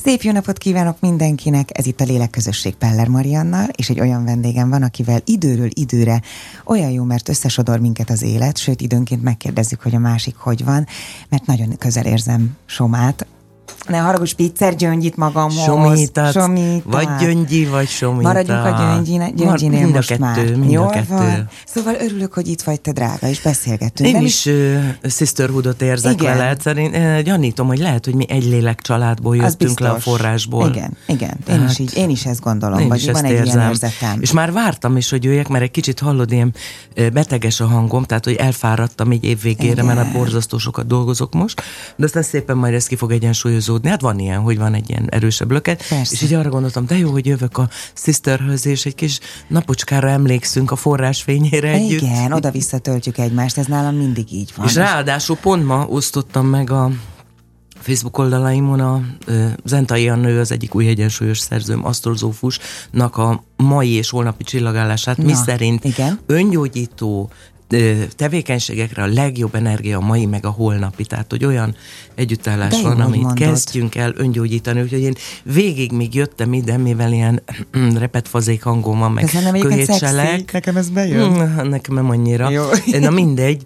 Szép jó napot kívánok mindenkinek, ez itt a Lélekközösség Peller Mariannal, és egy olyan vendégem van, akivel időről időre olyan jó, mert összesodor minket az élet, sőt időnként megkérdezzük, hogy a másik hogy van, mert nagyon közel érzem Somát. Ne haragudj, Spitzer Gyöngyit magamhoz. Somítat. Vagy Gyöngyi, vagy Somíta. Maradjunk a Gyöngyinél most kettő, már. Mind a kettő. Van. Szóval örülök, hogy itt vagy, te drága, és beszélgetünk. Én is sisterhoodot érzek vele. Egyszerűen gyanítom, hogy lehet, hogy mi egy lélek családból jöttünk le a forrásból. Igen. Én is ezt gondolom, vagy van egy ilyen érzetem. És már vártam is, hogy jöjjek, mert egy kicsit hallod, ilyen beteges a hangom, tehát, hogy elfáradtam így évvégére, mert borzasztó sokat dolgozok most, de aztán szépen majd ez ki fog egyensúlyozódni. Hát van ilyen, hogy van egy ilyen erősebb löket. Persze. És így arra gondoltam, de jó, hogy jövök a sisterhöz, és egy kis napocskára emlékszünk a forrásfényére együtt. Igen, oda-vissza töltjük egymást, ez nálam mindig így van. És ráadásul pont ma osztottam meg a Facebook oldalaimon a Zentai Annő, az egyik új egyensúlyos szerzőm, asztrozófusnak a mai és holnapi csillagállását, miszerint öngyógyító tevékenységekre a legjobb energia a mai meg a holnapi, tehát hogy olyan együttállás van, amit kezdjünk el öngyógyítani, úgyhogy én végig még jöttem ide, mivel ilyen repetfazék hangom van, meg köhétselek. Nekem ez bejön? Nekem nem annyira. Jó. Na mindegy,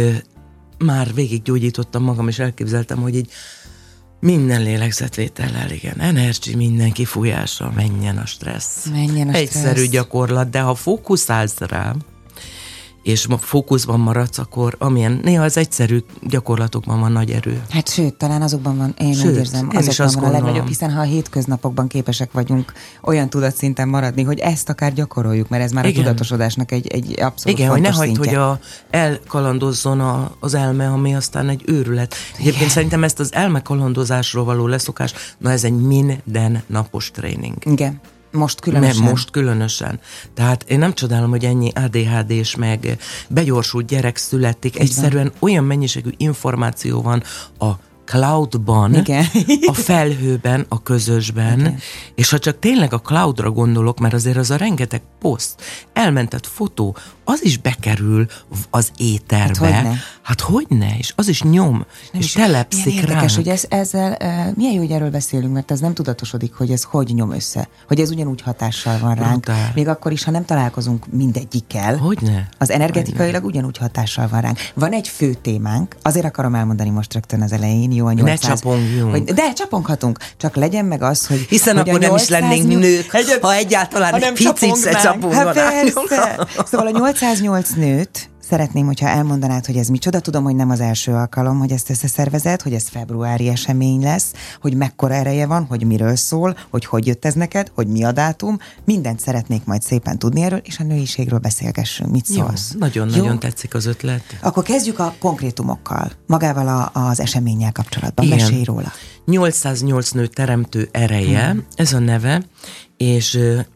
már végig gyógyítottam magam, és elképzeltem, hogy így minden lélegzetvétellel, igen, energy, minden kifújásra, menjen a stressz. Egyszerű gyakorlat, de ha fókuszálsz rá, és fókuszban maradsz, akkor amilyen néha az egyszerű gyakorlatokban van nagy erő. Hát sőt, talán azokban van, én úgy érzem, azokban van a legnagyobb, hiszen ha a hétköznapokban képesek vagyunk olyan tudatszinten maradni, hogy ezt akár gyakoroljuk, mert ez már a tudatosodásnak egy abszolút fontos szintje. Ne hagyd, hogy elkalandozzon az elme, ami aztán egy őrület. Egyébként szerintem ezt az elmekalandozásról való leszokás, ez egy mindennapos tréning. Igen. Most különösen. Tehát én nem csodálom, hogy ennyi ADHD-s meg begyorsult gyerek születik. Egyszerűen olyan mennyiségű információ van a cloudban, a felhőben, a közösben, és ha csak tényleg a cloudra gondolok, mert azért az a rengeteg poszt, elmentett fotó, az is bekerül az éterbe. Hát hogyne? És az is nyom, és telepszik ránk. Érdekes, hogy ezzel milyen jó, hogy erről beszélünk, mert ez nem tudatosodik, hogy ez hogy nyom össze, hogy ez ugyanúgy hatással van ránk. Még akkor is, ha nem találkozunk mindegyikkel. Hogyne? Az energetikailag ugyanúgy hatással van ránk. Van egy fő témánk, azért akarom elmondani most rögtön az elején, jó a 800. Ne csapongjunk. De csaponghatunk, csak legyen meg az, hogy... Hiszen hogy akkor nem is lennénk nők, ha egyáltalán egy picit se csaponganánk. Szóval a 808 nőt szeretném, hogyha elmondanád, hogy ez micsoda. Tudom, hogy nem az első alkalom, hogy ezt összeszervezed, hogy ez februári esemény lesz, hogy mekkora ereje van, hogy miről szól, hogy jött ez neked, hogy mi a dátum. Mindent szeretnék majd szépen tudni erről, és a nőiségről beszélgessünk. Mit szólsz? Nagyon tetszik az ötlet. Akkor kezdjük a konkrétumokkal, magával az eseménnyel kapcsolatban. Mesélj róla. 808 nő teremtő ereje, ez a neve, és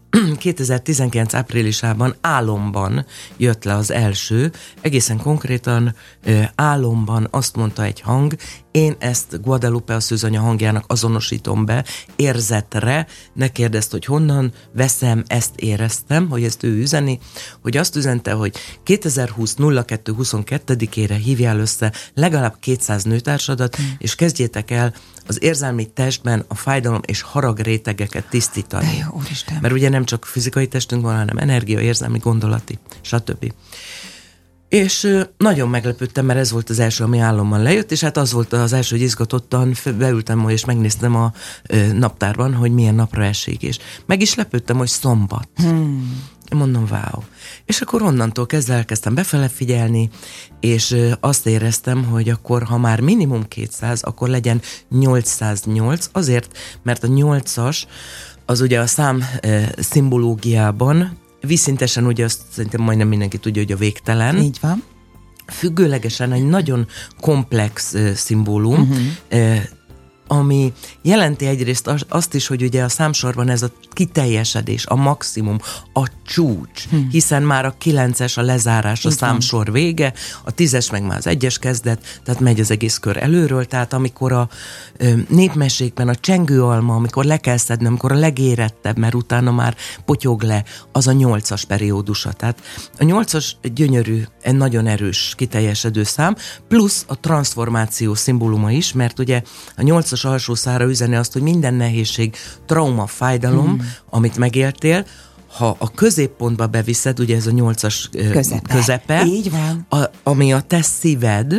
2019 áprilisában álomban jött le az első, egészen konkrétan álomban azt mondta egy hang, én ezt Guadalupe a szűzanya hangjának azonosítom be, érzetre, ne kérdezd, hogy honnan veszem, ezt éreztem, hogy ezt ő üzeni, hogy azt üzente, hogy 2020 02-22-ére hívjál össze legalább 200 nőtársadat, és kezdjétek el az érzelmi testben a fájdalom és harag rétegeket tisztítani. De jó, Úristen. Mert ugye nem csak fizikai testünk van, hanem energia, érzelmi, gondolati, stb. És nagyon meglepődtem, mert ez volt az első, ami álomban lejött, és hát az volt az első, hogy izgatottan beültem majd, és megnéztem a naptárban, hogy milyen napra esik, és meg is lepődtem, hogy szombat. Mondom, wow. És akkor onnantól kezdve elkezdtem befele figyelni, és azt éreztem, hogy akkor, ha már minimum 200, akkor legyen 808, azért, mert a 8-as, az ugye a szám szimbológiában vízszintesen ugye azt szerintem majdnem mindenki tudja, hogy a végtelen. Így van. Függőlegesen egy nagyon komplex szimbólum, ami jelenti egyrészt azt is, hogy ugye a számsorban ez a kiteljesedés, a maximum, a csúcs, hiszen már a 9-es a lezárás, a számsor vége, a 10-es meg már az 1-es kezdet, tehát megy az egész kör előről, tehát amikor a népmesékben a csengőalma, amikor le kell szedni, amikor a legérettebb, mert utána már potyog le, az a 8-as periódusa. Tehát a 8-as gyönyörű, egy nagyon erős, kiteljesedő szám, plusz a transformáció szimbóluma is, mert ugye a 8-as alsó szára üzeni azt, hogy minden nehézség, trauma, fájdalom, amit megéltél, ha a középpontba beviszed, ugye ez a 8-as közepe, így van. Ami a te szíved,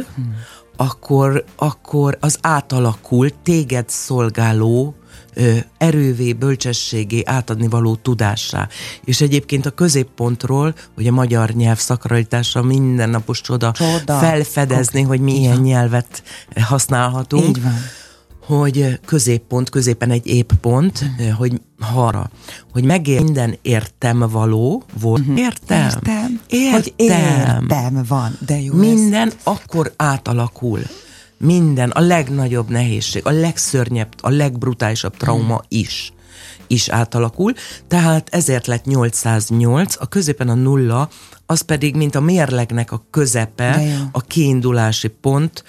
akkor az átalakul téged szolgáló erővé, bölcsességé, átadni való tudássá. És egyébként a középpontról, hogy a magyar nyelv szakralitása mindennapos csoda felfedezni, hogy mi ilyen nyelvet használhatunk. Így van. Hogy középen egy épp pont, hogy hogy megér minden értem való volt. Értem. Hogy értem van, de jó. Minden akkor átalakul. Minden, a legnagyobb nehézség, a legszörnyebb, a legbrutálisabb trauma is átalakul. Tehát ezért lett 808, a középen a 0, az pedig, mint a mérlegnek a közepe, a kiindulási pont,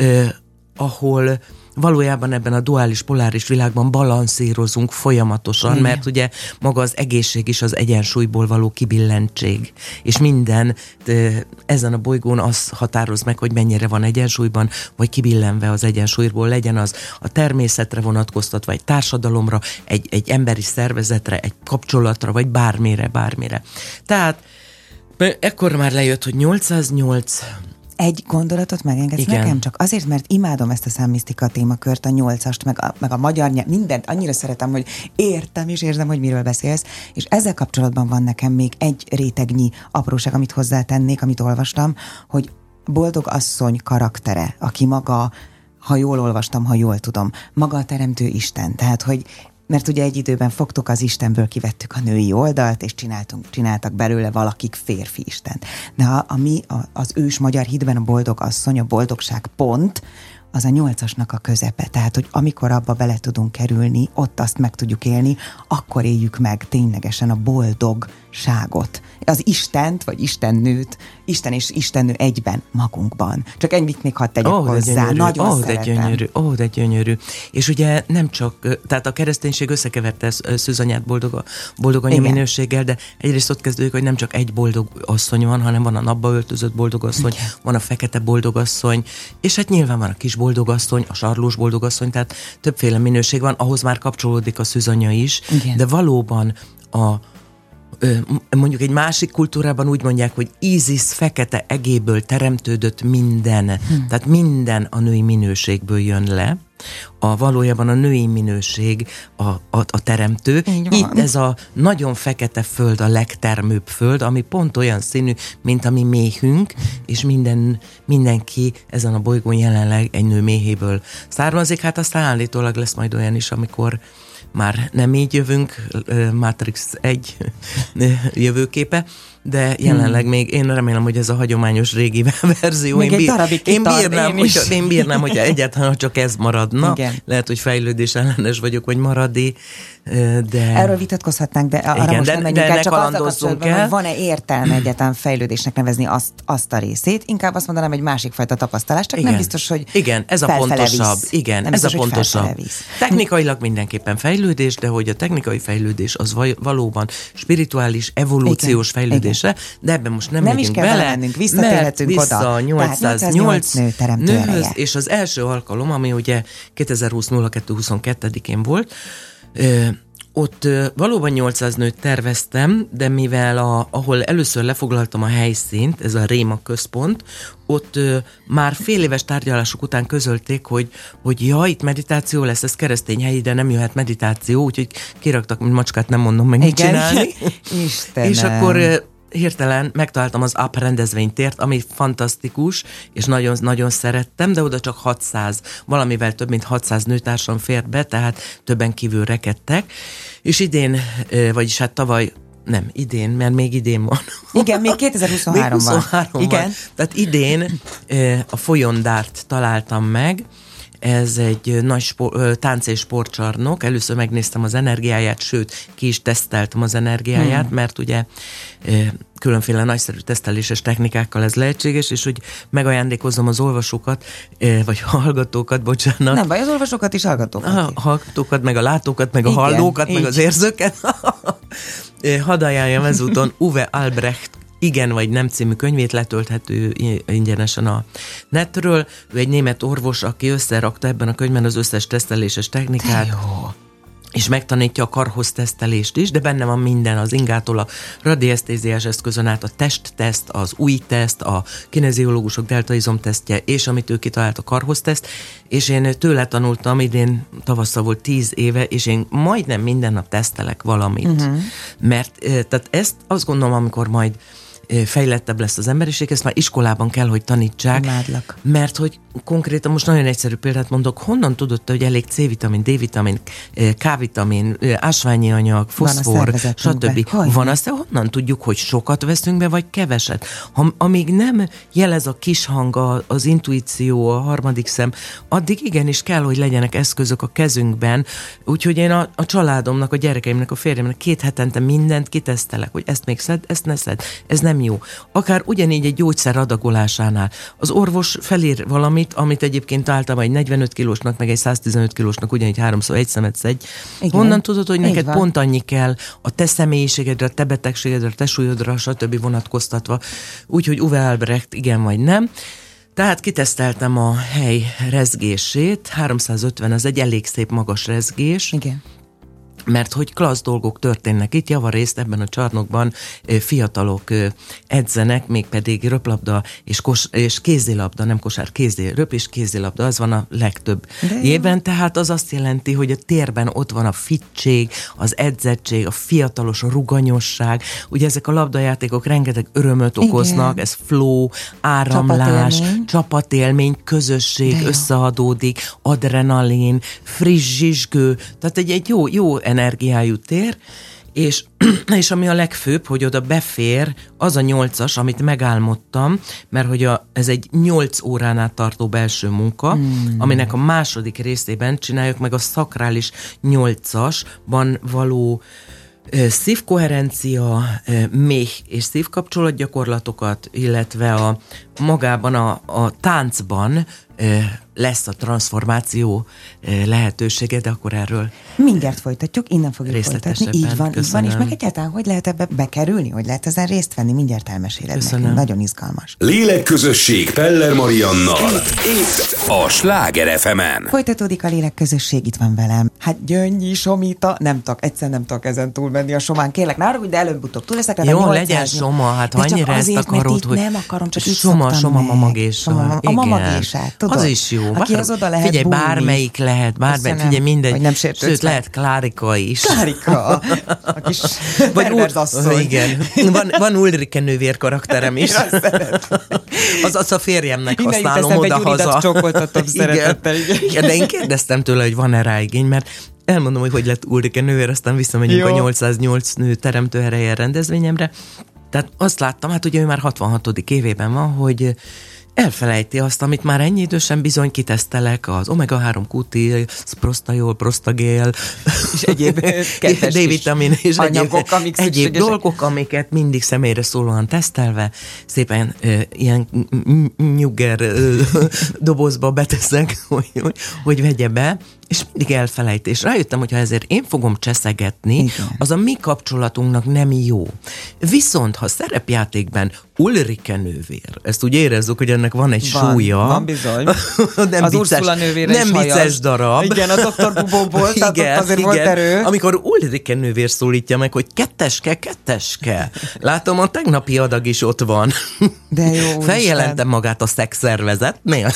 ahol valójában ebben a duális, poláris világban balanszírozunk folyamatosan, mert ugye maga az egészség is az egyensúlyból való kibillentség. És minden ezen a bolygón az határoz meg, hogy mennyire van egyensúlyban, vagy kibillenve az egyensúlyból, legyen az a természetre vonatkoztatva, egy társadalomra, egy emberi szervezetre, egy kapcsolatra, vagy bármire. Tehát ekkor már lejött, hogy 808... Egy gondolatot megengedsz nekem? Csak azért, mert imádom ezt a számmisztika témakört, a 8-ast, meg a magyar nyelv, mindent annyira szeretem, hogy értem és érzem, hogy miről beszélsz, és ezzel kapcsolatban van nekem még egy rétegnyi apróság, amit hozzátennék, amit olvastam, hogy boldog asszony karaktere, aki maga, ha jól olvastam, ha jól tudom, maga a teremtő Isten, tehát, hogy mert ugye egy időben fogtuk az Istenből, kivettük a női oldalt, és csináltak belőle valakik férfi Istent. De az ős magyar hitben a boldog asszony, a boldogság pont, az a 8-asnak a közepe. Tehát, hogy amikor abba bele tudunk kerülni, ott azt meg tudjuk élni, akkor éljük meg ténylegesen a boldogságot. Az Istent, vagy Istennőt, Isten és Istennő egyben magunkban. Csak ennyit még hadd tegyek hozzá. Nagyon szeretem. De gyönyörű. És ugye nem csak, tehát a kereszténység összekeverte Szűzanyát boldog anya minőséggel, de egyrészt ott kezdődik, hogy nem csak egy boldog asszony van, hanem van a napba öltözött boldogasszony, van a fekete boldogasszony, és hát nyilván van a kis boldogasszony, a sarlós boldogasszony, tehát többféle minőség van, ahhoz már kapcsolódik a szűzanya is, de valóban mondjuk egy másik kultúrában úgy mondják, hogy Ízisz fekete egéből teremtődött minden. Tehát minden a női minőségből jön le. Valójában a női minőség a teremtő. Itt ez a nagyon fekete föld, a legtermőbb föld, ami pont olyan színű, mint a mi méhünk, és mindenki ezen a bolygón jelenleg egy nő méhéből származik. Hát aztán állítólag lesz majd olyan is, amikor már nem így jövünk, Matrix 1 jövőképe, de jelenleg még én remélem, hogy ez a hagyományos régi verzió. Még egy darabig én bírnám, hogyha egyáltalán csak ez maradna. Igen. Lehet, hogy fejlődés ellenes vagyok, vagy maradi, de... Erről vitatkozhatnánk, de arra most nem menjünk el, csak azzal kapcsolatban, hogy van-e értelme egyáltalán fejlődésnek nevezni azt a részét. Inkább azt mondanám, egy másik fajta tapasztalás, csak nem biztos, hogy ez a pontosabb. Igen, ez a pontosabb. Technikailag mindenképpen fejlődés, de hogy a technikai fejlődés az valóban spirituális, evolúciós fejlődésre, de ebben most nem megyünk bele, visszatérhetünk vissza oda. a 808 nőhöz, és az első alkalom, ami ugye 2020-02-22-én volt, ott valóban 800 nőt terveztem, de mivel ahol először lefoglaltam a helyszínt, ez a Réma központ, ott már fél éves tárgyalások után közölték, hogy itt meditáció lesz, ez keresztény hely, de nem jöhet meditáció, úgyhogy kiraktak, mint macskát, nem mondom meg mit csinálni. Istenem. És akkor hirtelen megtaláltam az Up rendezvénytért, ami fantasztikus, és nagyon-nagyon szerettem, de oda csak 600, valamivel több mint 600 nőtársam fért be, tehát többen kívül rekedtek, és idén, vagyis hát tavaly, nem, idén, mert még idén van. Igen, még 2023 van. Igen. Tehát idén a Folyondárt találtam meg, ez egy nagy tánc- és sportcsarnok. Először megnéztem az energiáját, sőt, ki is teszteltem az energiáját, mert ugye különféle nagyszerű teszteléses technikákkal ez lehetséges, és hogy megajándékozom az olvasókat, vagy hallgatókat, bocsánat. Nem baj, az olvasókat is, hallgatókat is. A hallgatókat, meg a látókat, meg a hallókat, meg az érzőket. Hadd ajánljam ezúton Uwe Albrecht Igen vagy nem című könyvét, letölthető ingyenesen a netről. Ő egy német orvos, aki összerakta ebben a könyvben az összes teszteléses technikát. És megtanítja a karhoz tesztelést is, de benne van minden, az ingától a radiesztéziás eszközön át, a testteszt, az új teszt, a kineziológusok deltaizomtesztje, és amit ő kitalált, a karhoz teszt, és én tőle tanultam, idén tavasszal volt 10 éve, és én majdnem minden nap tesztelek valamit. Mert tehát ezt azt gondolom, amikor majd fejlettebb lesz az emberiség, ezt már iskolában kell, hogy tanítsák. Imádlak. Mert hogy konkrétan most nagyon egyszerű példát mondok, honnan tudod te, hogy elég C-vitamin, D-vitamin, K-vitamin, ásványi anyag, foszfor, stb. Van azt, honnan tudjuk, hogy sokat veszünk be, vagy keveset? Amíg nem jelez a kis hang, az intuíció, a harmadik szem, addig igenis kell, hogy legyenek eszközök a kezünkben, úgyhogy én a családomnak, a gyerekeimnek, a férjemnek 2 hetente mindent kitesztelek, hogy ezt még szed, ezt ne szed, ez nem jó. Akár ugyanígy egy gyógyszer adagolásánál. Az orvos felír valamit, amit egyébként általában egy 45 kilósnak, meg egy 115 kilósnak ugyanígy 3-szor egy szemet szedj. Honnan tudod, hogy neked pont annyi kell a te személyiségedre, a te betegségedre, a te súlyodra, stb. Vonatkoztatva. Úgyhogy Uwe Albrecht igen vagy nem. Tehát kiteszteltem a hely rezgését, 350, az egy elég szép magas rezgés. Igen. Mert hogy klassz dolgok történnek itt, javarészt ebben a csarnokban fiatalok edzenek, mégpedig röplabda és kézilabda, nem kosár, röp és kézilabda, az van a legtöbb évben, tehát az azt jelenti, hogy a térben ott van a fittség, az edzettség, a fiatalos, a ruganyosság, ugye ezek a labdajátékok rengeteg örömöt okoznak, igen. Ez flow, áramlás, csapatélmény, közösség összeadódik, adrenalin, friss zsizsgő, tehát egy jó energiájú tér, és ami a legfőbb, hogy oda befér az a 8-as, amit megálmodtam, mert hogy ez egy 8 órán át tartó belső munka, aminek a második részében csináljuk meg a szakrális 8-asban való szívkoherencia, méh és szívkapcsolatgyakorlatokat, illetve magában a táncban lesz a transformáció lehetősége, de akkor erről mindjárt folytatjuk, innen fogjuk folytatni. Így van, és meg egyáltalán, hogy lehet ebbe bekerülni, hogy lehet ezen részt venni, mindjárt elmeséled nekünk. Nagyon izgalmas. Lélekközösség Peller Mariannal. Itt a Sláger FM-en. Folytatódik a Lélekközösség, itt van velem. Hát Gyöngyi Somita, egyszer nem tudok ezen túlmenni a Somán. Kérlek, ne arra, de előbb-utóbb túl leszek. Jó, legyen Soma, hát ha annyira ezt akarod, hogy nem akarom, csak Soma mamagéssal. A mamagésát, tudod? Az is jó. Aki az oda lehet figyelj, bújni. Bármelyik lehet, figyelj, mindegy. Sőt, lehet Klárika is. Klárika, a kis pervers asszony. Igen. Van Ulrike nővér karakterem is. Az a férjemnek használom oda-haza. Csókoltatom szeretettel. Igen, de én kérdeztem tőle, hogy van-e rá igény, mert elmondom, hogy lett Ulrike nővér, aztán visszamegyünk a 808 nő teremtőhelyen rendezvényemre. Tehát azt láttam, hát ugye ő már 66. évében van, hogy elfelejti azt, amit már ennyi idősen bizony kitesztelek, az omega-3 QT, prostajol, prostagél, és egyéb D-vitamin és anyagok, egyéb dolgok, amiket mindig személyre szólóan tesztelve, szépen ilyen nyugger dobozba beteszek, hogy vegye be, és mindig elfelejt, és rájöttem, hogy ha ezért én fogom cseszegetni, igen, az a mi kapcsolatunknak nem jó. Viszont, ha szerepjátékban Ulrike nővér, ezt úgy érezzük, hogy ennek van egy súlya. Van bizony. Nem az vicces, Ursula nővére nem vicces darab. Igen, a Dr. Bubóból, tehát ott azért volt erő. Amikor Ulrike nővér szólítja meg, hogy ketteske. Látom, a tegnapi adag is ott van. De jó. Feljelentem magát a szexszervezetnél.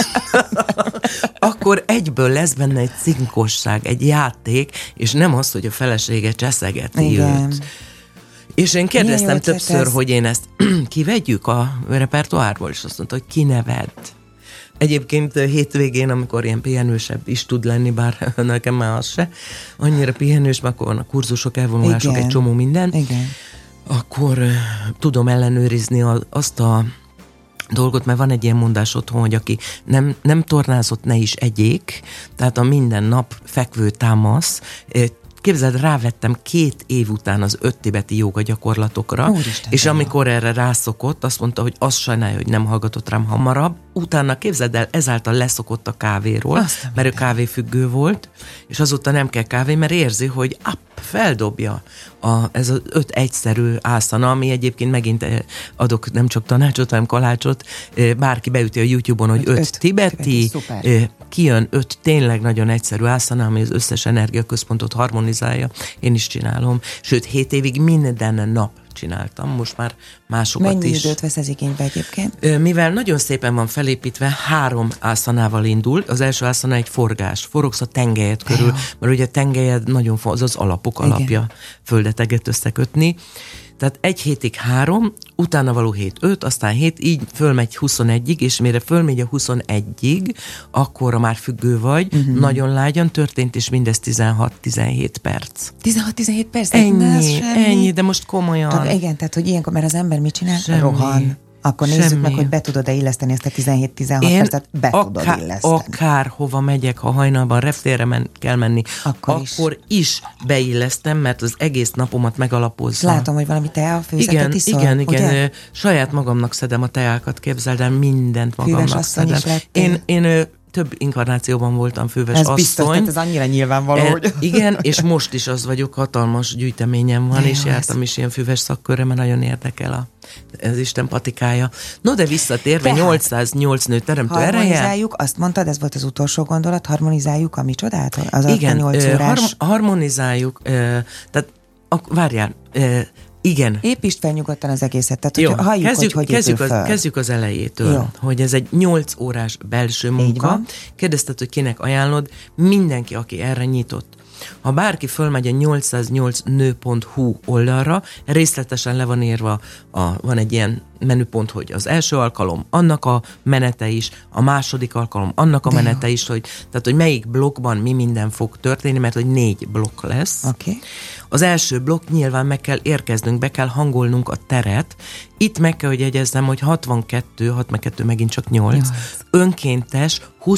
Akkor egyből lesz benne egy cinkosság, egy játék, és nem az, hogy a felesége cseszegeti őt. És én kérdeztem többször, hogy én ezt kivegyük a repertoárból, és azt mondta, hogy kineved. Egyébként hétvégén, amikor ilyen pihenősebb is tud lenni, bár nekem már az se, annyira pihenős, mert akkor van a kurzusok, elvonulások, egy csomó minden, igen, akkor tudom ellenőrizni azt a dolgot, mert van egy ilyen mondás otthon, hogy aki nem tornázott, ne is egyék, tehát a minden nap fekvő támasz. Képzeld, rávettem 2 év után az 5 tibeti jóga gyakorlatokra, Úristen, és amikor erre rászokott, azt mondta, hogy azt sajnálja, hogy nem hallgatott rám hamarabb. Utána képzeld el, ezáltal leszokott a kávéról, mert ő kávéfüggő volt, és azóta nem kell kávé, mert érzi, hogy feldobja ez az 5 egyszerű ászana, ami egyébként megint adok nem csak tanácsot, hanem kalácsot, bárki beüti a YouTube-on, hogy 5 tibeti, kijön 5 tényleg nagyon egyszerű ászana, ami az összes energiaközpontot harmonizálja. Én is csinálom. Sőt, 7 évig minden nap csináltam, most már másokat is. Mennyi időt vesz ez igénybe egyébként? Mivel nagyon szépen van felépítve, 3 ászanával indul. Az első ászana egy forgás. Forogsz a tengelyed körül, mert ugye a tengelyed nagyon az alapok alapja, földet eget összekötni. Tehát 1 hétig 3, utána való 7, 5, aztán 7, így fölmegy 21-ig, és mire fölmegy a 21-ig, akkorra már függő vagy, nagyon lágyan történt, és mindez 16-17 perc. 16-17 perc? Ennyi, de most komolyan. Igen, tehát, hogy ilyenkor, mert az ember mit csinál? Semmi. Rohan. Akkor nézzük meg, hogy be tudod-e illeszteni ezt a 17-16 percet, be tudod illeszteni. Akárhova megyek, ha hajnalban reptérre kell menni, akkor is beillesztem, mert az egész napomat megalapozza. Látom, hogy valami teafőzetet iszol, igen. Saját magamnak szedem a teákat, képzeld el, mindent magamnak szedem. Én több inkarnációban voltam főves asszony. Biztos, tehát ez annyira nyilvánvaló, hogy... Igen, és most is az vagyok, hatalmas gyűjteményem van, és jártam is ilyen főves szakkörre, mert nagyon érdekel az Isten patikája. No, de visszatérve, 808 nő teremtő ereje. Harmonizáljuk, azt mondtad, ez volt az utolsó gondolat, harmonizáljuk a micsodát? Az igen, 8 órás... harmonizáljuk, tehát várjál, igen. Építsd fel nyugodtan az egészet, tehát hogy halljuk, hogy épül fel. Kezdjük az elejétől, hogy ez egy 8 órás belső munka. Kérdezted, hogy kinek ajánlod, mindenki, aki erre nyitott. Ha bárki fölmegy a 808nő.hu oldalra, részletesen le van írva, van egy ilyen menüpont, hogy az első alkalom, annak a menete is, a második alkalom, annak a menete is, tehát hogy melyik blokkban mi minden fog történni, mert hogy 4 blokk lesz. Okay. Az első blokk nyilván meg kell érkeznünk, be kell hangolnunk a teret. Itt meg kell, hogy jegyezzem, hogy 62 megint csak 8. Önkéntes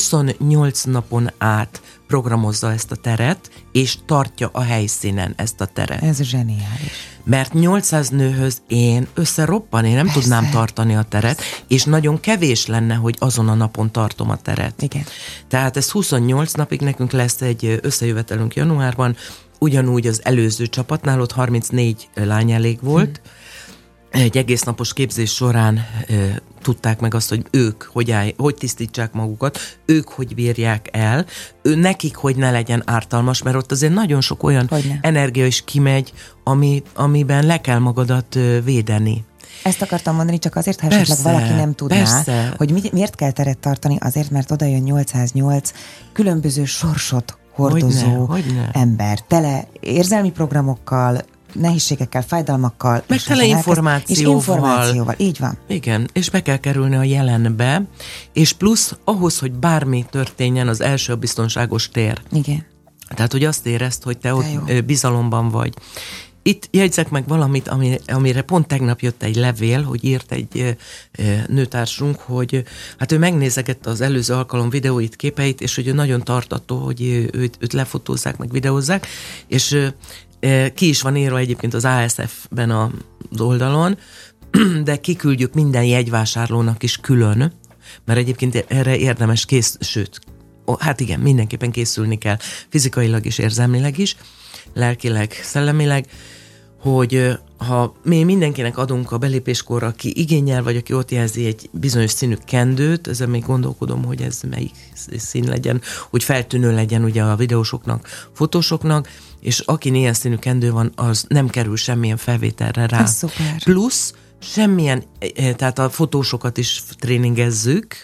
28 napon át programozza ezt a teret, és tartja a helyszínen ezt a teret. Ez zseniális. Mert 800 nőhöz én összeroppan, én nem tudnám tartani a teret, és nagyon kevés lenne, hogy azon a napon tartom a teret. Igen. Tehát ez 28 napig nekünk lesz egy összejövetelünk januárban, ugyanúgy az előző csapatnál, ott 34 lány elég volt. Egy egész napos képzés során tudták meg azt, hogy ők hogy tisztítsák magukat, ők hogy bírják el, nekik hogy ne legyen ártalmas, mert ott azért nagyon sok olyan energia is kimegy, amiben le kell magadat védeni. Ezt akartam mondani, csak azért, ha esetleg valaki nem tudná, hogy miért kell teret tartani, azért, mert oda jön 808 különböző sorsot hordozó ember, tele érzelmi programokkal, nehézségekkel, fájdalmakkal. Meg tele információval. Így van. Igen, és be kell kerülni a jelenbe, és plusz ahhoz, hogy bármi történjen, az első a biztonságos tér. Igen. Tehát, hogy azt érezd, hogy te ott bizalomban vagy. Itt jegyzek meg valamit, amire pont tegnap jött egy levél, hogy írt egy nőtársunk, hogy hát ő megnézegette az előző alkalom videóit, képeit, és hogy ő nagyon tartató, hogy őt lefotózzák, meg videózzák, és ki is van írva egyébként az ASF-ben az oldalon, de kiküldjük minden jegyvásárlónak is külön, mert egyébként erre érdemes sőt, hát igen, mindenképpen készülni kell, fizikailag és érzelmileg is, lelkileg, szellemileg, hogy ha mi mindenkinek adunk a belépéskor, aki igényel, vagy aki ott jelzi egy bizonyos színű kendőt, ezen még gondolkodom, hogy ez melyik szín legyen, hogy feltűnő legyen ugye a videósoknak, fotósoknak, és akin ilyen színű kendő van, az nem kerül semmilyen felvételre rá. Plusz semmilyen, tehát a fotósokat is tréningezzük,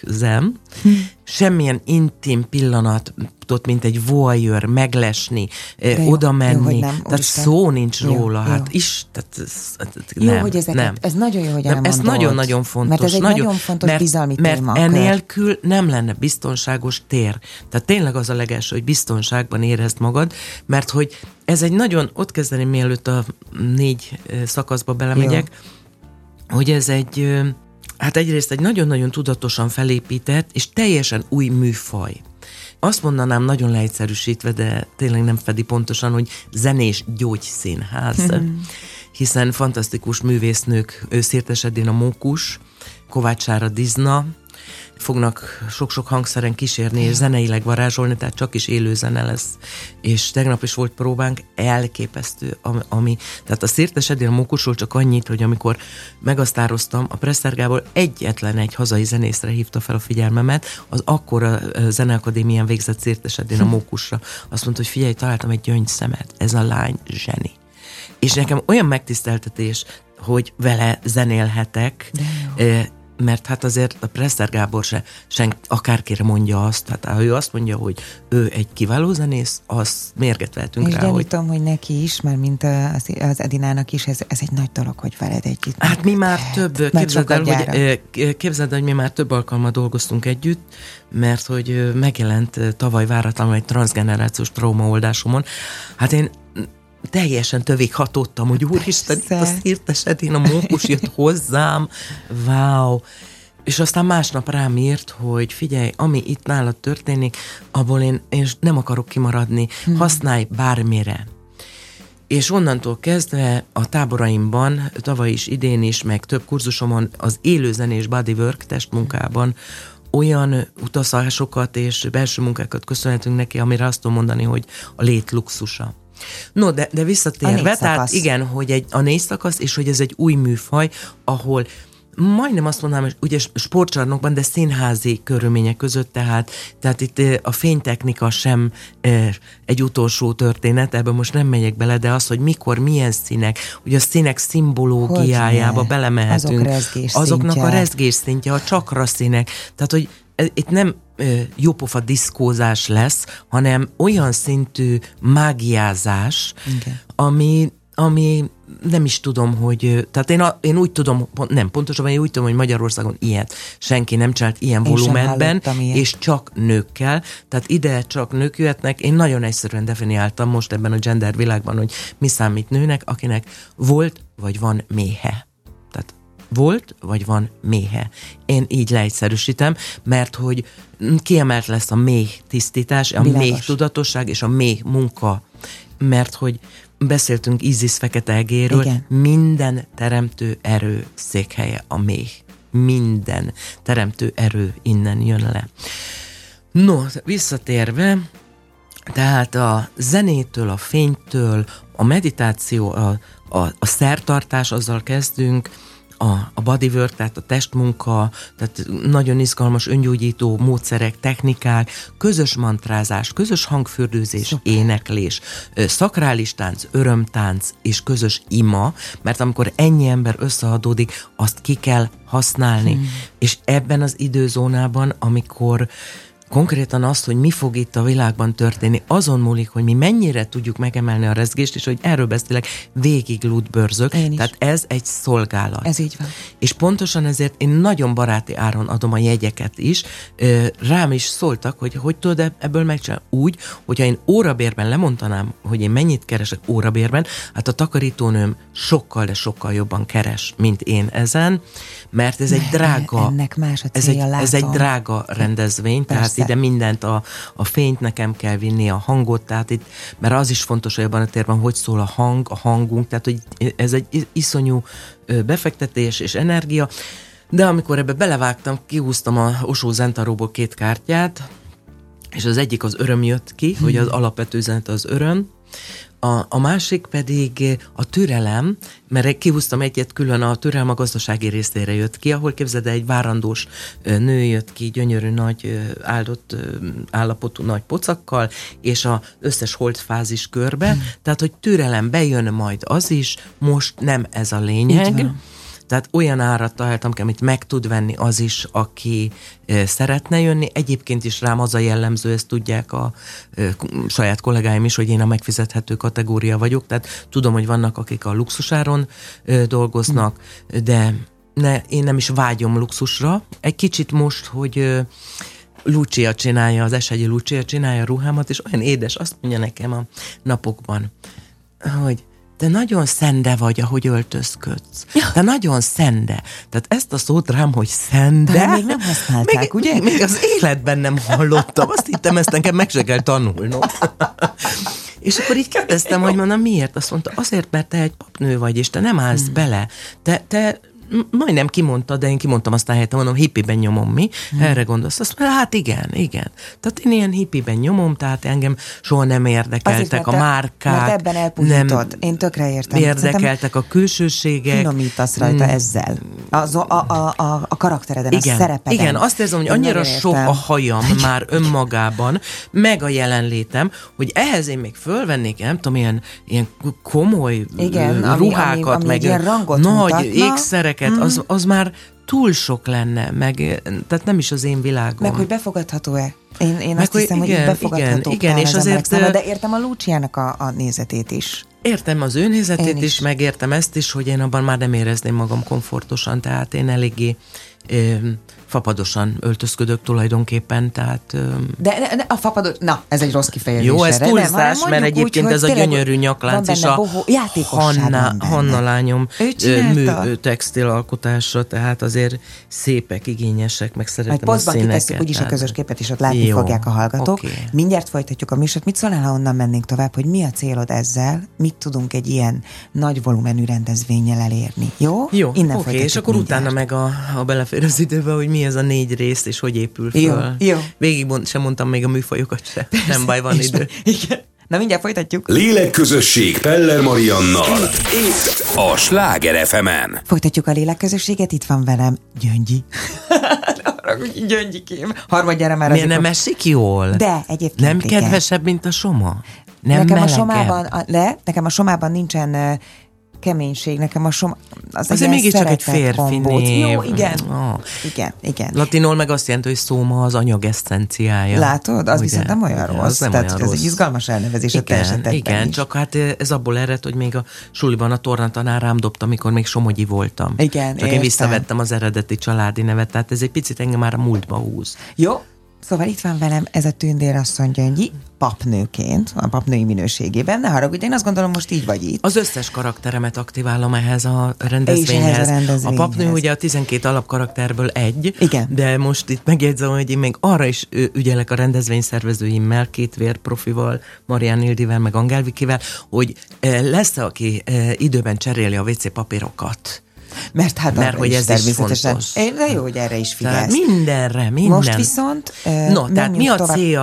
semmilyen intim pillanatot, mint egy voyeur, meglesni, oda menni, tehát szó nincs róla, hát is, nem. Jó, hogy ez nagyon jó, hogy elmondod. Ez nagyon-nagyon fontos. Mert ez egy nagyon fontos bizalmi téma. Mert enélkül nem lenne biztonságos tér. Tehát tényleg az a legelső, hogy biztonságban érezd magad, mert hogy ez egy nagyon, ott kezdeném mielőtt a 4 szakaszba belemegyek, hogy ez egy Hát egyrészt egy nagyon-nagyon tudatosan felépített és teljesen új műfaj. Azt mondanám nagyon leegyszerűsítve, de tényleg nem fedi pontosan, hogy zenés gyógyszínház. Hiszen fantasztikus művésznők, Szirtes Edina Mókus, Kovács Sára Dizna fognak sok-sok hangszeren kísérni és zeneileg varázsolni, tehát csak is élő zene lesz. És tegnap is volt próbánk, elképesztő, tehát a Szirtes Edina Mókusról csak annyit, hogy amikor megasztároztam, a Presser Gábor egyetlen egy hazai zenészre hívta fel a figyelmemet, az akkor a Zeneakadémián végzett Szirtes Edina Mókusra. Azt mondta, hogy figyelj, találtam egy gyöngyszemet, ez a lány zseni. És nekem olyan megtiszteltetés, hogy vele zenélhetek, mert hát azért a Presser Gábor se akárkire mondja azt, hát ha ő azt mondja, hogy ő egy kiváló zenész, azt mérget vehetünk és rá, gyanítom, hogy neki is, mert mint az Edinának is, ez egy nagy dolog, hogy veled együtt. Hát mi már több, képzeld el, hogy mi már több alkalommal dolgoztunk együtt, mert hogy megjelent tavaly váratlanul egy transzgenerációs traumaoldásomon. Hát én teljesen hatottam, hogy úristen, itt a Szirtes Edina Mókus jött hozzám, wow. És aztán másnap rám írt, hogy figyelj, ami itt nálad történik, abból én nem akarok kimaradni, használj bármire. És onnantól kezdve a táboraimban, tavaly is, idén is, meg több kurzusomon az élőzenés bodywork testmunkában olyan utazásokat és belső munkákat köszönhetünk neki, amire azt tudom mondani, hogy a lét luxusa. No, de visszatérve, tehát igen, hogy a négy szakasz, és hogy ez egy új műfaj, ahol majdnem azt mondanám, hogy ugye sportcsarnokban, de színházi körülmények között, tehát itt a fénytechnika sem egy utolsó történet, ebben most nem megyek bele, de az, hogy mikor, milyen színek, ugye a színek szimbológiájába belemehetünk. Azoknak a rezgésszintje, a csakra színek, tehát hogy itt nem jópofa diszkózás lesz, hanem olyan szintű mágiázás, ami nem is tudom, hogy... Tehát én úgy tudom, pontosabban én úgy tudom, hogy Magyarországon ilyet senki nem csinált ilyen volumenben, és csak nőkkel. Tehát ide csak nők jöhetnek. Én nagyon egyszerűen definiáltam most ebben a gender világban, hogy mi számít nőnek, akinek volt vagy van méhe. Tehát volt vagy van méhe. Én így leegyszerűsítem, mert hogy kiemelt lesz a méh tisztítás, a méh tudatosság és a méh munka. Mert hogy beszéltünk Isis fekete egéről, minden teremtő erő székhelye a méh. Minden teremtő erő innen jön le. No, visszatérve, tehát a zenétől, a fénytől, a meditáció, a szertartás, azzal kezdünk, a bodywork, tehát a testmunka, tehát nagyon izgalmas öngyógyító módszerek, technikák, közös mantrázás, közös hangfürdőzés, éneklés, szakrális tánc, örömtánc és közös ima, mert amikor ennyi ember összeadódik, azt ki kell használni. És ebben az időzónában, amikor konkrétan azt, hogy mi fog itt a világban történni, azon múlik, hogy mi mennyire tudjuk megemelni a rezgést, és hogy erről beszélek, végig lútbörzök. Tehát ez egy szolgálat. Ez így van. És pontosan ezért én nagyon baráti áron adom a jegyeket is. Rám is szóltak, hogy tudod ebből megcsinálni. Úgy, hogyha én órabérben lemondanám, hogy én mennyit keresek órabérben, hát a takarítónőm sokkal, de sokkal jobban keres, mint én ezen, mert ez egy drága... Ennek más a célja, ez egy drága rendezvény, tehát ide mindent, a fényt nekem kell vinni, a hangot, tehát itt, mert az is fontos, hogy abban a térben hogy szól a hangunk, tehát hogy ez egy iszonyú befektetés és energia, de amikor ebbe belevágtam, kihúztam a Osó Zentaróból 2 kártyát, és az egyik az öröm jött ki, hogy az alapvető üzenet az öröm, a másik pedig a türelem, mert kihúztam egyet külön, a türelem a gazdasági részére jött ki, ahol képzeld, egy várandós nő jött ki, gyönyörű nagy áldott állapotú nagy pocakkal, és az összes holdfázis körbe, tehát hogy türelem, bejön majd az is, most nem ez a lényeg. Tehát olyan árat találtam, amit meg tud venni az is, aki szeretne jönni. Egyébként is rám az a jellemző, ezt tudják a saját kollégáim is, hogy én a megfizethető kategória vagyok, tehát tudom, hogy vannak, akik a luxusáron dolgoznak, de én nem is vágyom luxusra. Egy kicsit most, hogy Lucia csinálja, az S1 Lucia csinálja a ruhámat, és olyan édes, azt mondja nekem a napokban, hogy te nagyon szende vagy, ahogy öltözködsz. Te nagyon szende. Tehát ezt a szót rám, hogy szende... De még nem használták, ugye? Még az életben nem hallottam. Azt hittem, ezt nekem meg se kell tanulnom. És akkor így kérdeztem, hogy mondom, miért? Azt mondta, azért, mert te egy papnő vagy, és te nem állsz bele. Te majdnem kimondta, de én kimondtam aztán helyettem, mondom, hippiben nyomom, mi? Erre gondolsz? Azt mondja, hát igen. Tehát én ilyen hippiben nyomom, tehát engem soha nem érdekeltek a márkák. Mert ebben elpusztítod. Én tökre értem. Érdekeltek a külsőségek. Finomítasz rajta ezzel. A karaktereden, igen, a szerepeden. Igen, azt érzem, hogy annyira sok a hajam már önmagában, meg a jelenlétem, hogy ehhez én még fölvennék, nem tudom, ilyen komoly ruhákat, ami meg ilyen rangot nagy mutatna. ékszereket, az már túl sok lenne, tehát nem is az én világom. Meg hogy befogadható-e? Én azt hiszem, hogy befogadható. Igen, és azért... De értem a Luciának a nézetét is. Értem az ő nézetét is, megértem ezt is, hogy én abban már nem érezném magam komfortosan, tehát én eléggé fapadosan öltözködök tulajdonképpen, tehát... De a fapados... Na, ez egy rossz kifejezés. Jó, ez túlzás, mert egyébként ez a gyönyörű nyaklánc és a Hanna lányom textilalkotása, tehát azért szépek, igényesek, meg szeretem a színeket. Kitesszük úgyis a közös képet is, ott látni fogják a hallgatók. Okay. Mindjárt folytatjuk a műsort. Mit szólnál, ha onnan mennénk tovább, hogy mi a célod ezzel? Mit tudunk egy ilyen nagy volumenű rendezvénnyel elérni? Jó? Oké, és akkor utána meg a belefér az időbe, hogy mi ez a 4 rész, és hogy épül föl. Jó. Végig sem mondtam még a műfajokat se. Persze, nem baj, van idő. Igen. Na mindjárt folytatjuk. Lélekközösség Peller Mariannal. Itt a Sláger FM-en. Folytatjuk a lélekközösséget, itt van velem Gyöngyi. Gyöngyikém. Harmadjára már miért nem esik jól? De egyébként nem kedvesebb, mint a soma? Nem nekem melegebb? Nekem a somában nincsen keménység, nekem azért mégiscsak egy férfi név. Jó, igen. Igen. Latinul meg azt jelenti, hogy szóma az anyag eszcenciája. Látod? Az viszont nem olyan rossz. Tehát ez egy izgalmas elnevezés. Igen, csak hát ez abból ered, hogy még a suliban a tornatanár rám dobta, amikor még Somogyi voltam. Igen, csak én visszavettem az eredeti családi nevet, tehát ez egy picit engem már a múltba húz. Jó. Szóval itt van velem ez a tündérasszony Gyöngyi, papnőként, a papnői minőségében. Ne haragudj, én azt gondolom, most így vagy itt. Az összes karakteremet aktiválom ehhez a rendezvényhez. A papnő ugye a 12 alapkarakterből egy, igen. De most itt megjegyzem, hogy én még arra is ügyelek a rendezvényszervezőimmel, 2 vérprofival, Marián Ildivel, meg Angál Vikivel, hogy lesz, aki időben cseréli a WC papírokat. Mert hogy ez is fontos. De jó, hogy erre is figyelsz. Tehát mindenre. Most viszont tehát mi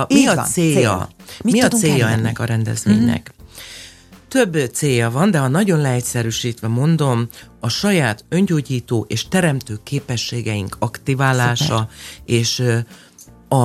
a célja ennek a rendezvénynek? Több célja van, de ha nagyon leegyszerűsítve mondom, a saját öngyógyító és teremtő képességeink aktiválása, szuper. És a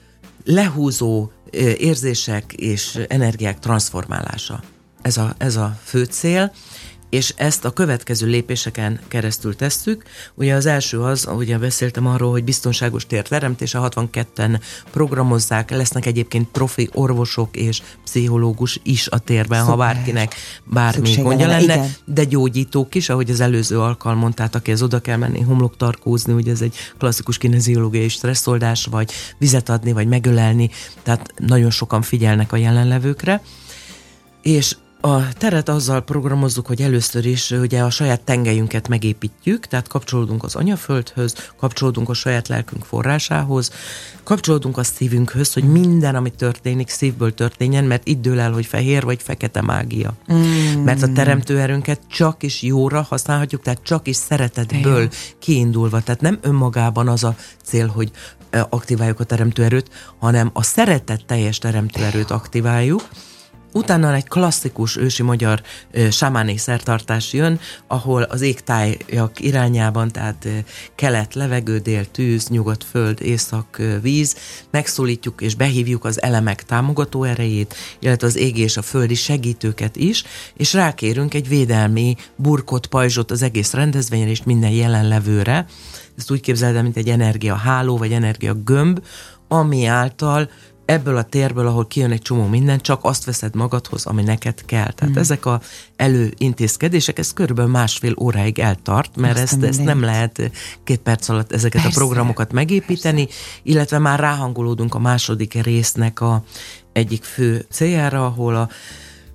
lehúzó érzések és energiák transformálása. Ez a fő cél. És ezt a következő lépéseken keresztül tesszük. Ugye az első az, ugye beszéltem arról, hogy biztonságos térteremtés, a 62-en programozzák, lesznek egyébként profi orvosok és pszichológus is a térben, szuper. Ha bárkinek bármi gondja lenne, igen. De gyógyítók is, ahogy az előző alkalmon, tehát aki ez oda kell menni homloktarkózni, ugye ez egy klasszikus kineziológiai stresszoldás, vagy vizet adni, vagy megölelni, tehát nagyon sokan figyelnek a jelenlevőkre, és a teret azzal programozzuk, hogy először is ugye a saját tengelyünket megépítjük, tehát kapcsolódunk az anyaföldhöz, kapcsolódunk a saját lelkünk forrásához, kapcsolódunk a szívünkhöz, hogy minden, ami történik, szívből történjen, mert itt dől el, hogy fehér vagy fekete mágia. Mert a teremtőerőnket csak is jóra használhatjuk, tehát csak is szeretetből kiindulva. Tehát nem önmagában az a cél, hogy aktiváljuk a teremtőerőt, hanem a szeretet teljes teremtőerőt aktiváljuk. Utána egy klasszikus ősi magyar sámáni szertartás jön, ahol az égtájak irányában, tehát kelet levegő, dél tűz, nyugat föld, észak víz, megszólítjuk és behívjuk az elemek támogató erejét, illetve az ég és a földi segítőket is, és rákérünk egy védelmi burkot, pajzsot az egész rendezvényre és minden jelenlevőre. Ezt úgy képzeld el, mint egy energiaháló vagy energiagömb, ami által ebből a térből, ahol kijön egy csomó minden, csak azt veszed magadhoz, ami neked kell. Tehát ezek a előintézkedések, ez körülbelül 1,5 óráig eltart, mert ezt nem lehet 2 perc alatt ezeket a programokat megépíteni, illetve már ráhangolódunk a második résznek a egyik fő céljára, ahol a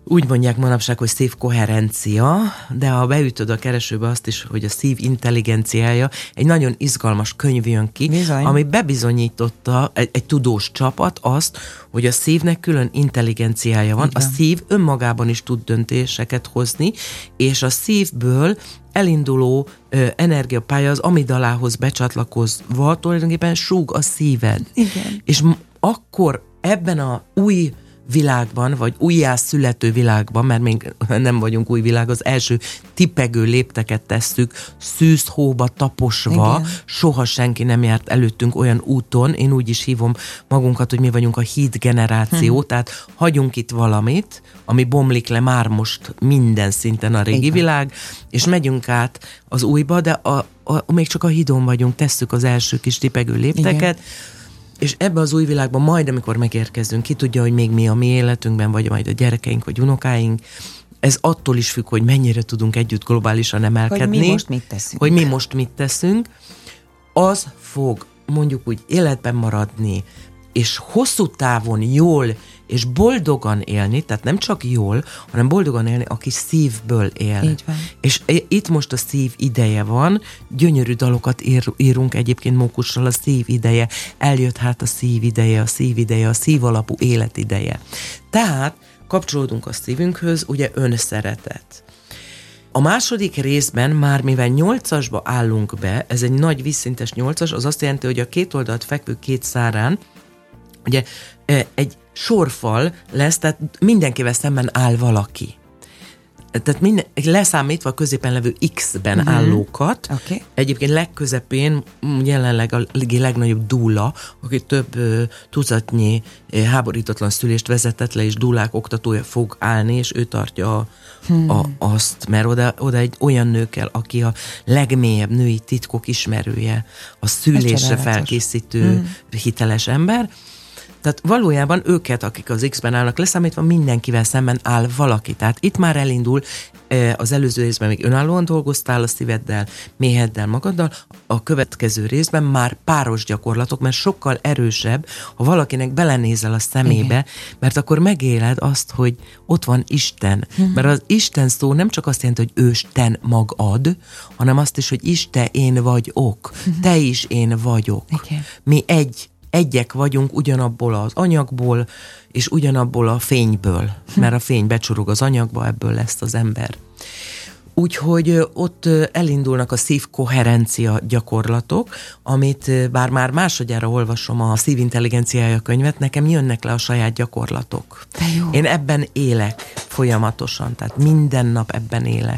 úgy mondják manapság, hogy szívkoherencia, de ha beütöd a keresőbe azt is, hogy a szív intelligenciája, egy nagyon izgalmas könyv jön ki, Bizony. ami bebizonyította egy tudós csapat azt, hogy a szívnek külön intelligenciája van. A szív önmagában is tud döntéseket hozni, és a szívből elinduló energiapálya az amidalához becsatlakozva tulajdonképpen súg a szíved. Igen. És akkor ebben a új világban, vagy újjászülető világban, mert még nem vagyunk új világ, az első tipegő lépteket tesszük, szűzhóba taposva, igen. Soha senki nem járt előttünk olyan úton, én úgy is hívom magunkat, hogy mi vagyunk a híd generáció, tehát hagyunk itt valamit, ami bomlik le már most minden szinten a régi világ, és megyünk át az újba, de még csak a hídon vagyunk, tesszük az első kis tipegő lépteket, igen. És ebbe az új világban majd, amikor megérkezünk, ki tudja, hogy még mi a mi életünkben, vagy majd a gyerekeink, vagy unokáink, ez attól is függ, hogy mennyire tudunk együtt globálisan emelkedni. Hogy mi most mit teszünk. Hogy mi most mit teszünk. Az fog mondjuk úgy életben maradni, és hosszú távon jól és boldogan élni, tehát nem csak jól, hanem boldogan élni, aki szívből él. Így van. És itt most a szív ideje van, gyönyörű dalokat írunk egyébként Mókussal, a szív ideje, eljött hát a szív ideje, a szív alapú élet ideje. Tehát kapcsolódunk a szívünkhöz, ugye önszeretet. A második részben már mivel 8-asba állunk be, ez egy nagy vízszintes 8-as, az azt jelenti, hogy a két oldalt fekvő két szárán ugye egy sorfal lesz, tehát mindenkivel szemben áll valaki. Tehát leszámítva a középen levő X-ben állókat, egyébként legközepén jelenleg a legnagyobb dúla, aki több tucatnyi háborítatlan szülést vezetett le, és dúlák oktatója fog állni, és ő tartja azt, mert oda egy olyan nő kell, aki a legmélyebb női titkok ismerője, a szülésre felkészítő hiteles ember. Tehát valójában őket, akik az X-ben állnak leszámítva, mindenkivel szemben áll valaki. Tehát itt már elindul, az előző részben még önállóan dolgoztál a szíveddel, méheddel, magaddal, a következő részben már páros gyakorlatok, mert sokkal erősebb, ha valakinek belenézel a szemébe, igen. Mert akkor megéled azt, hogy ott van Isten. Mert az Isten szó nem csak azt jelenti, hogy ősten magad, hanem azt is, hogy Isten én vagyok, te is én vagyok. Igen. Mi egyek vagyunk ugyanabból az anyagból, és ugyanabból a fényből, mert a fény becsorog az anyagba, ebből lesz az ember. Úgyhogy ott elindulnak a szívkoherencia gyakorlatok, amit bár már másodjára olvasom a Szívintelligenciája könyvet, nekem jönnek le a saját gyakorlatok. Én ebben élek folyamatosan, tehát minden nap ebben élek.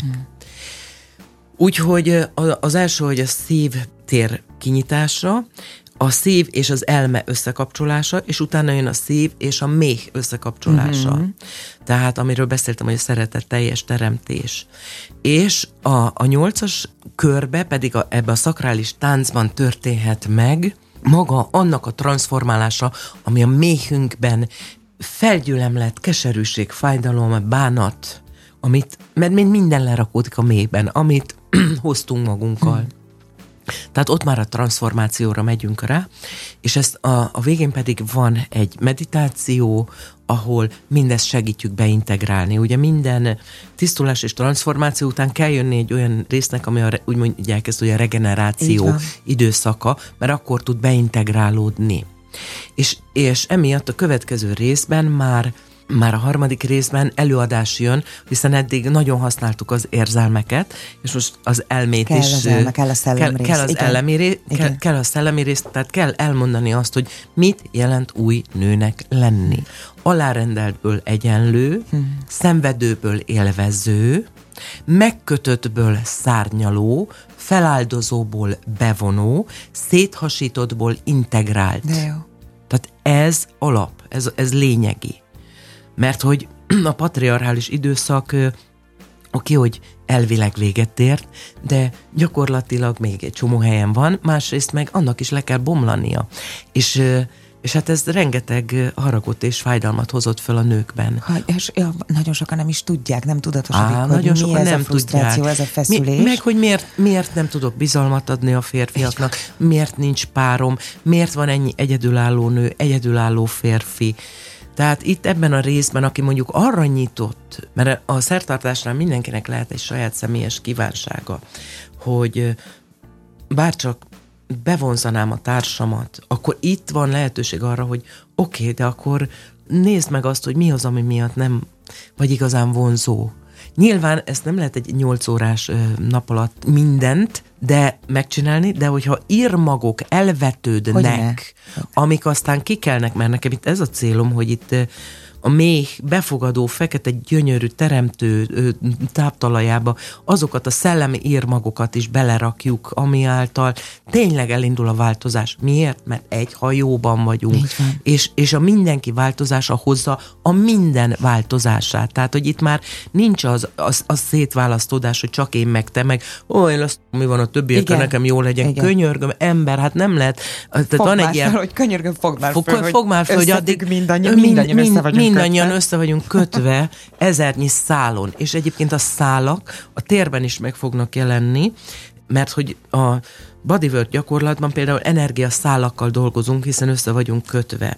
Úgyhogy az első, hogy a szív tér kinyitásra, a szív és az elme összekapcsolása, és utána jön a szív és a méh összekapcsolása. Tehát amiről beszéltem, hogy a szeretet teljes teremtés. És a 8-as körbe pedig ebbe a szakrális táncban történhet meg maga annak a transformálása, ami a méhünkben felgyülemlett keserűség, fájdalom, bánat, mert minden lerakódik a méhben, amit hoztunk magunkkal. Tehát ott már a transformációra megyünk rá, és ezt a végén pedig van egy meditáció, ahol mindezt segítjük beintegrálni. Ugye minden tisztulás és transformáció után kell jönni egy olyan résznek, ami úgy mondják ezt, hogy a regeneráció időszaka, mert akkor tud beintegrálódni. És emiatt a következő részben már a harmadik részben előadás jön, hiszen eddig nagyon használtuk az érzelmeket, és most az elmét kell is... Kell a szellemi rész. Kell a szellemi rész, tehát kell elmondani azt, hogy mit jelent új nőnek lenni. Alárendeltből egyenlő, szenvedőből élvező, megkötöttből szárnyaló, feláldozóból bevonó, széthasítottból integrált. De jó. Tehát ez alap, ez lényegi. Mert hogy a patriarchális időszak hogy elvileg véget ért, de gyakorlatilag még egy csomó helyen van, másrészt meg annak is le kell bomlania. És hát ez rengeteg haragot és fájdalmat hozott föl a nőkben. Nagyon sokan nem is tudják, nem tudatosodik, hogy nagyon sokan mi ez nem a frusztráció, tudják. Ez a feszülés. Meg hogy miért nem tudok bizalmat adni a férfiaknak, miért nincs párom, miért van ennyi egyedülálló nő, egyedülálló férfi. Tehát itt ebben a részben, aki mondjuk arra nyitott, mert a szertartásnál mindenkinek lehet egy saját személyes kívánsága, hogy bárcsak bevonzanám a társamat, akkor itt van lehetőség arra, hogy oké, de akkor nézd meg azt, hogy mi az, ami miatt nem vagy igazán vonzó. Nyilván ezt nem lehet egy 8 órás nap alatt mindent, de megcsinálni, de hogyha írmagok elvetődnek, amik aztán kikelnek, mert nekem itt ez a célom, hogy itt a méh, befogadó, fekete, gyönyörű, teremtő táptalajába azokat a szellemi írmagokat is belerakjuk, ami által tényleg elindul a változás. Miért? Mert egy hajóban vagyunk, és a mindenki változása hozza a minden változását. Tehát, hogy itt már nincs az szétválasztódás, hogy csak én meg te meg, én azt, mi van a többiek, nekem jó legyen. Igen. Könyörgöm, ember, hát nem lehet. Tehát van egy ilyen, hogy könyörgöm, fogd már föl, hogy addig mindannyian össze vagyunk kötve ezernyi szálon, és egyébként a szálak a térben is meg fognak jelenni, mert hogy a bodywork gyakorlatban például energiaszálakkal dolgozunk, hiszen össze vagyunk kötve.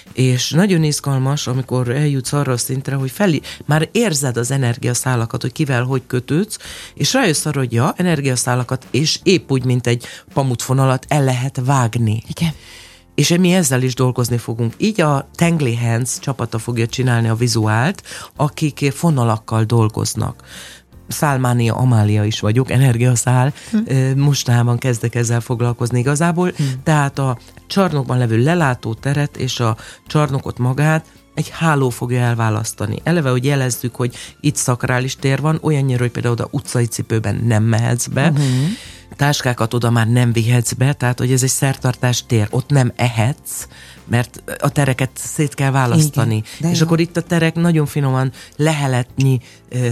És nagyon izgalmas, amikor eljutsz arra a szintre, hogy már érzed az energiaszálakat, hogy kivel hogy kötődsz, és rájössz arra, hogy energiaszálakat, és épp úgy, mint egy pamutfonalat el lehet vágni. Igen. És mi ezzel is dolgozni fogunk. Így a Tangly Hands csapata fogja csinálni a vizuált, akik fonalakkal dolgoznak. Szálmánia Amália is vagyok, energiaszál. Mostában kezdek ezzel foglalkozni igazából. Tehát a csarnokban levő lelátóteret és a csarnokot magát egy háló fogja elválasztani. Eleve, hogy jelezzük, hogy itt szakrális tér van, olyannyira, hogy például oda utcai cipőben nem mehetsz be, táskákat oda már nem vihetsz be, tehát, hogy ez egy szertartás tér, ott nem ehetsz, mert a tereket szét kell választani. Igen, és akkor itt a terek nagyon finoman leheletnyi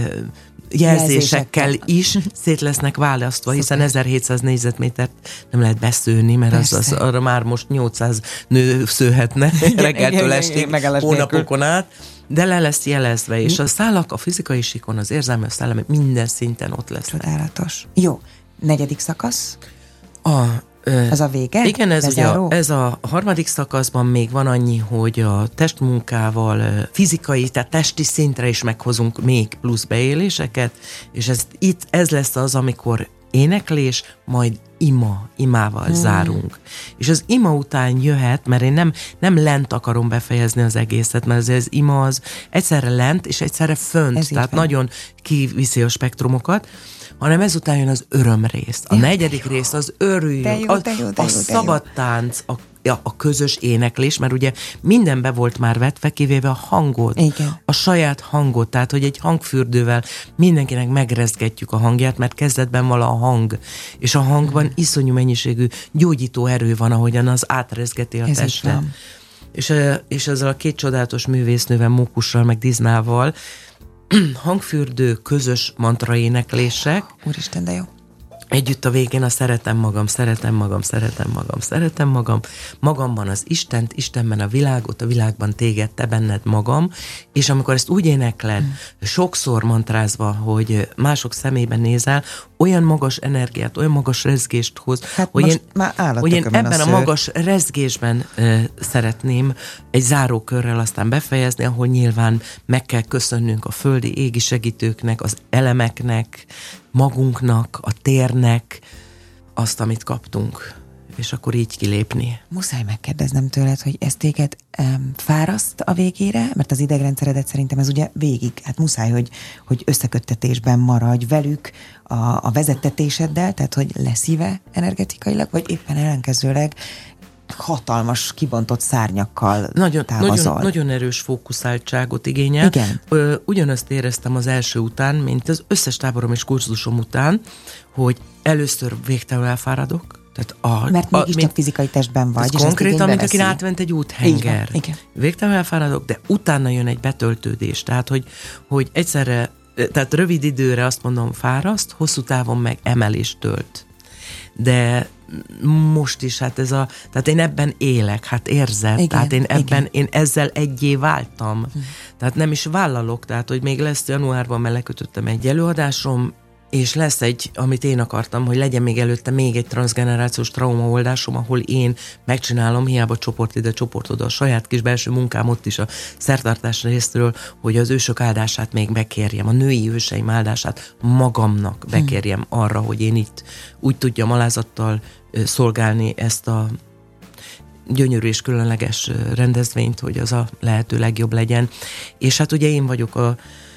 jelzésekkel is szét lesznek választva, hiszen 1700 négyzetmétert nem lehet beszőni, mert az arra már most 800 nő szőhetne reggeltől estig, hónapokon át, de le lesz jelezve, és a szálak a fizikai síkon, az érzelmi, a szellemi minden szinten ott lesznek. Csodálatos. Jó, 4. szakasz? Az a vége? Igen, ez a 3. szakaszban még van annyi, hogy a testmunkával fizikai, tehát testi szintre is meghozunk még plusz beéléseket, és ez lesz az, amikor éneklés, majd imával zárunk. És az ima után jöhet, mert én nem lent akarom befejezni az egészet, mert azért az ima az egyszerre lent, és egyszerre fönt, tehát nagyon kiviszi a spektrumokat, hanem ezután jön az örömrész. A 4. rész az örüljünk, a szabad tánc, a közös éneklés, mert ugye mindenbe volt már vetve, kivéve a hangod, a saját hangot, tehát hogy egy hangfürdővel mindenkinek megrezgetjük a hangját, mert kezdetben vala a hang, és a hangban iszonyú mennyiségű gyógyító erő van, ahogyan az átrezgeti a testet. És ezzel a 2 csodálatos művésznővel, Mókussal, meg Diznával, hangfürdő, közös mantra éneklések. Úristen, de jó. Együtt a végén a szeretem magam, szeretem magam, szeretem magam, szeretem magam, magamban az Istent, Istenben a világot, a világban téged, te benned magam, és amikor ezt úgy énekled, sokszor mantrázva, hogy mások szemében nézel, olyan magas energiát, olyan magas rezgést hoz, hogy én ebben a magas rezgésben szeretném egy zárókörrel aztán befejezni, ahol nyilván meg kell köszönnünk a földi égi segítőknek, az elemeknek, magunknak, a térnek azt, amit kaptunk, és akkor így kilépni. Muszáj megkérdeznem tőled, hogy ez téged fáraszt a végére, mert az idegrendszeredet szerintem ez ugye végig, hát muszáj, hogy összeköttetésben maradj velük a vezettetéseddel, tehát hogy leszíve energetikailag, vagy éppen ellenkezőleg hatalmas, kibontott szárnyakkal távozol. Nagyon erős fókuszáltságot igényel. Igen. Ugyanazt éreztem az első után, mint az összes táborom és kurzusom után, hogy először végtelenül elfáradok. Mert mégiscsak fizikai testben vagy. Ez konkrétan, mint akin átvent egy úthenger. Végtelenül elfáradok, de utána jön egy betöltődés. Tehát, hogy egyszerre, tehát rövid időre azt mondom fáraszt, hosszú távon meg emelést tölt. De most is, tehát én ebben élek, hát érzed, tehát én ezzel egyé váltam. Tehát nem is vállalok, tehát hogy még lesz januárban, mert lekötöttem egy előadásom, és lesz egy, amit én akartam, hogy legyen még előtte még egy transzgenerációs traumaoldásom, ahol én megcsinálom, hiába csoport ide, csoport oda, a saját kis belső munkám ott is a szertartás részről, hogy az ősök áldását még bekérjem, a női őseim áldását magamnak bekérjem arra, hogy én itt úgy tudjam alázattal szolgálni ezt a gyönyörű és különleges rendezvényt, hogy az a lehető legjobb legyen. És hát ugye én vagyok a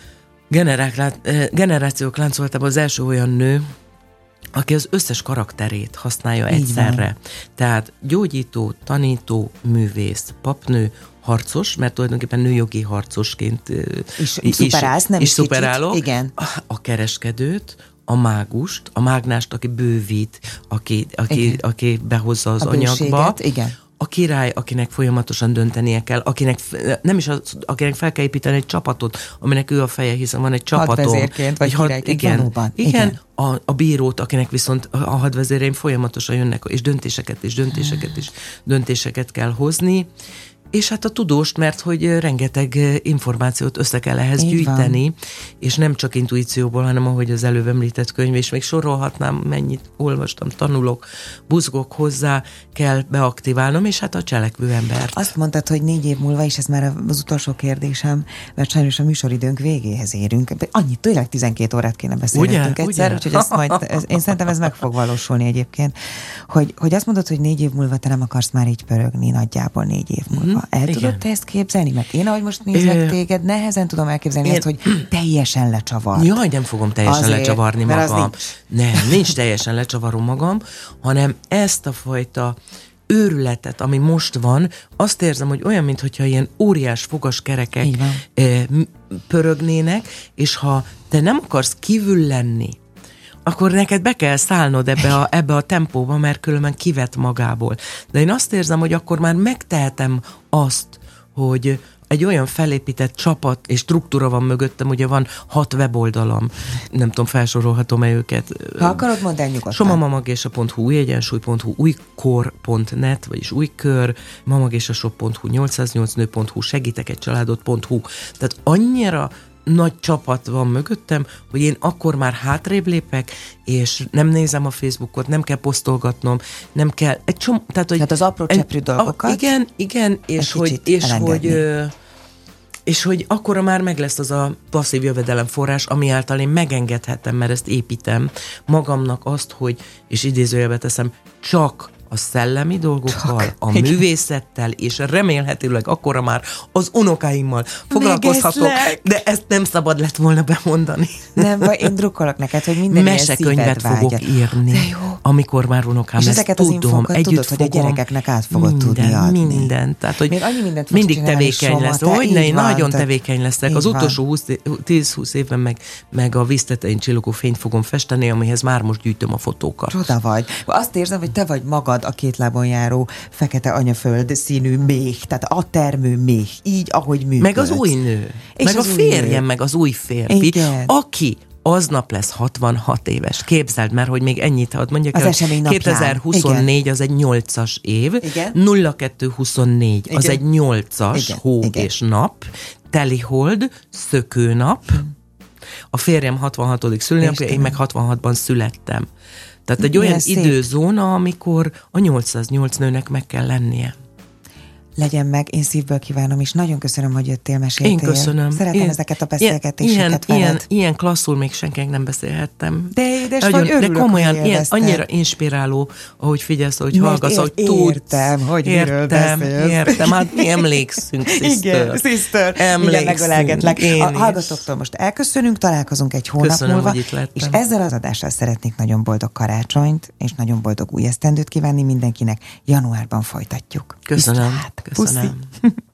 generációk láncolatában az első olyan nő, aki az összes karakterét használja egyszerre. Tehát gyógyító, tanító, művész, papnő, harcos, mert tulajdonképpen nőjogi harcosként is szuperálok. Igen. A kereskedőt, a mágust, a mágnást, aki bővít, aki behozza az anyagba. Igen. A király, akinek folyamatosan döntenie kell, akinek fel kell építeni egy csapatot, aminek ő a feje, hiszen van egy csapatom. Hadvezérként, vagy királyként valóban. Igen. A bírót, akinek viszont a hadvezéreim folyamatosan jönnek, és döntéseket kell hozni. És hát a tudóst, mert hogy rengeteg információt össze kell ehhez gyűjteni, és nem csak intuícióból, hanem ahogy az előbb említett könyv, és még sorolhatnám, mennyit olvastam, tanulok, buzgok hozzá, kell beaktiválnom, és hát a cselekvő ember. Azt mondtad, hogy 4 év múlva, és ez már az utolsó kérdésem, mert sajnos a műsoridőnk végéhez érünk. Annyit, tényleg 12 órát kéne beszélgetnünk egyszer, úgyhogy ezt majd, én szerintem ez meg fog valósulni egyébként, hogy azt mondod, hogy 4 év múlva te nem akarsz már így pörögni, nagyjából 4 év múlva. El tudod te ezt képzelni? Mert én, ahogy most nézlek téged, nehezen tudom elképzelni ezt, hogy teljesen lecsavart. Jaj, nem fogom teljesen lecsavarni magam. Nincs teljesen lecsavarom magam, hanem ezt a fajta őrületet, ami most van, azt érzem, hogy olyan, mintha ilyen óriás fogaskerekek pörögnének, és ha te nem akarsz kívül lenni, akkor neked be kell szállnod ebbe a tempóba, mert különben kivet magából. De én azt érzem, hogy akkor már megtehetem azt, hogy egy olyan felépített csapat és struktúra van mögöttem, ugye van 6 weboldalam, nem tudom, felsorolhatom-e őket. Ha akarod, mondd el nyugodtan. somamamagésa.hu, újegyensúly.hu, újkor.net, vagyis újkör, mamagésashop.hu, 808nő.hu, segítekegycsaládot.hu. Tehát annyira nagy csapat van mögöttem, hogy én akkor már hátrébb lépek, és nem nézem a Facebookot, nem kell posztolgatnom, nem kell tehát az apró cseprű dolgokat. Igen, és hogy akkora már meg lesz az a passzív jövedelemforrás, ami által én megengedhetem, mert ezt építem magamnak azt, hogy, és idézőjelbe teszem, csak a szellemi dolgokkal, a művészettel, és remélhetőleg akkora már az unokáimmal foglalkozhatok, de ezt nem szabad lett volna bemondani. Nem, vagy én drukkolok neked, hogy minden mesekönyvet fogok írni, amikor már unokám és ezt ezeket tudom, az infókat tudod, hogy a gyerekeknek át fogod tudni adni. Mindent. Tehát, hogy még annyi mindent mindig tevékeny lesz. Hogyne, én nagyon tevékeny leszek. Az utolsó 10-20 évben meg a víztetején csillogó fényt fogom festeni, amihez már most gyűjtöm a fotókat. Csoda vagy. Azt érzem, hogy te vagy magad a 2 lábon járó fekete anyaföld színű méh, tehát a termő méh, így, ahogy működsz. Meg az új nő, és meg a férjem, meg az új férfi, igen. Aki aznap lesz 66 éves. Képzeld már, hogy még ennyit, hadd mondjak el, 2024 igen. Az egy 8-as év, igen. 0224 igen. Az egy 8-as igen. Hó igen. És nap, telihold, szökőnap, a férjem 66. szülőnapja, én meg 66-ban születtem. Tehát egy olyan időzóna, amikor a 808 nőnek meg kell lennie. Legyen meg, én szívből kívánom, és nagyon köszönöm, hogy jöttél, meséltél. Én köszönöm. Szeretem ezeket a beszélgetéseket veled. Ilyen klasszul még senkinek nem beszélhettem. De édes nagyon, vagy, örülök, de komolyan, annyira inspiráló, ahogy figyelsz, ahogy hallgasz, ahogy tudsz. Értem, hogy miről beszélsz. Értem, hát mi emlékszünk, sister. Igen, sister. Emlékszünk. Megölelgetlek. A hallgatóktól most elköszönünk, találkozunk egy hónap múlva. És ezzel az adással szeretnék nagyon boldog karácsonyt, és nagyon boldog új esztendőt kívánni mindenkinek. Januárban folytatjuk. Köszönöm. Köszönöm.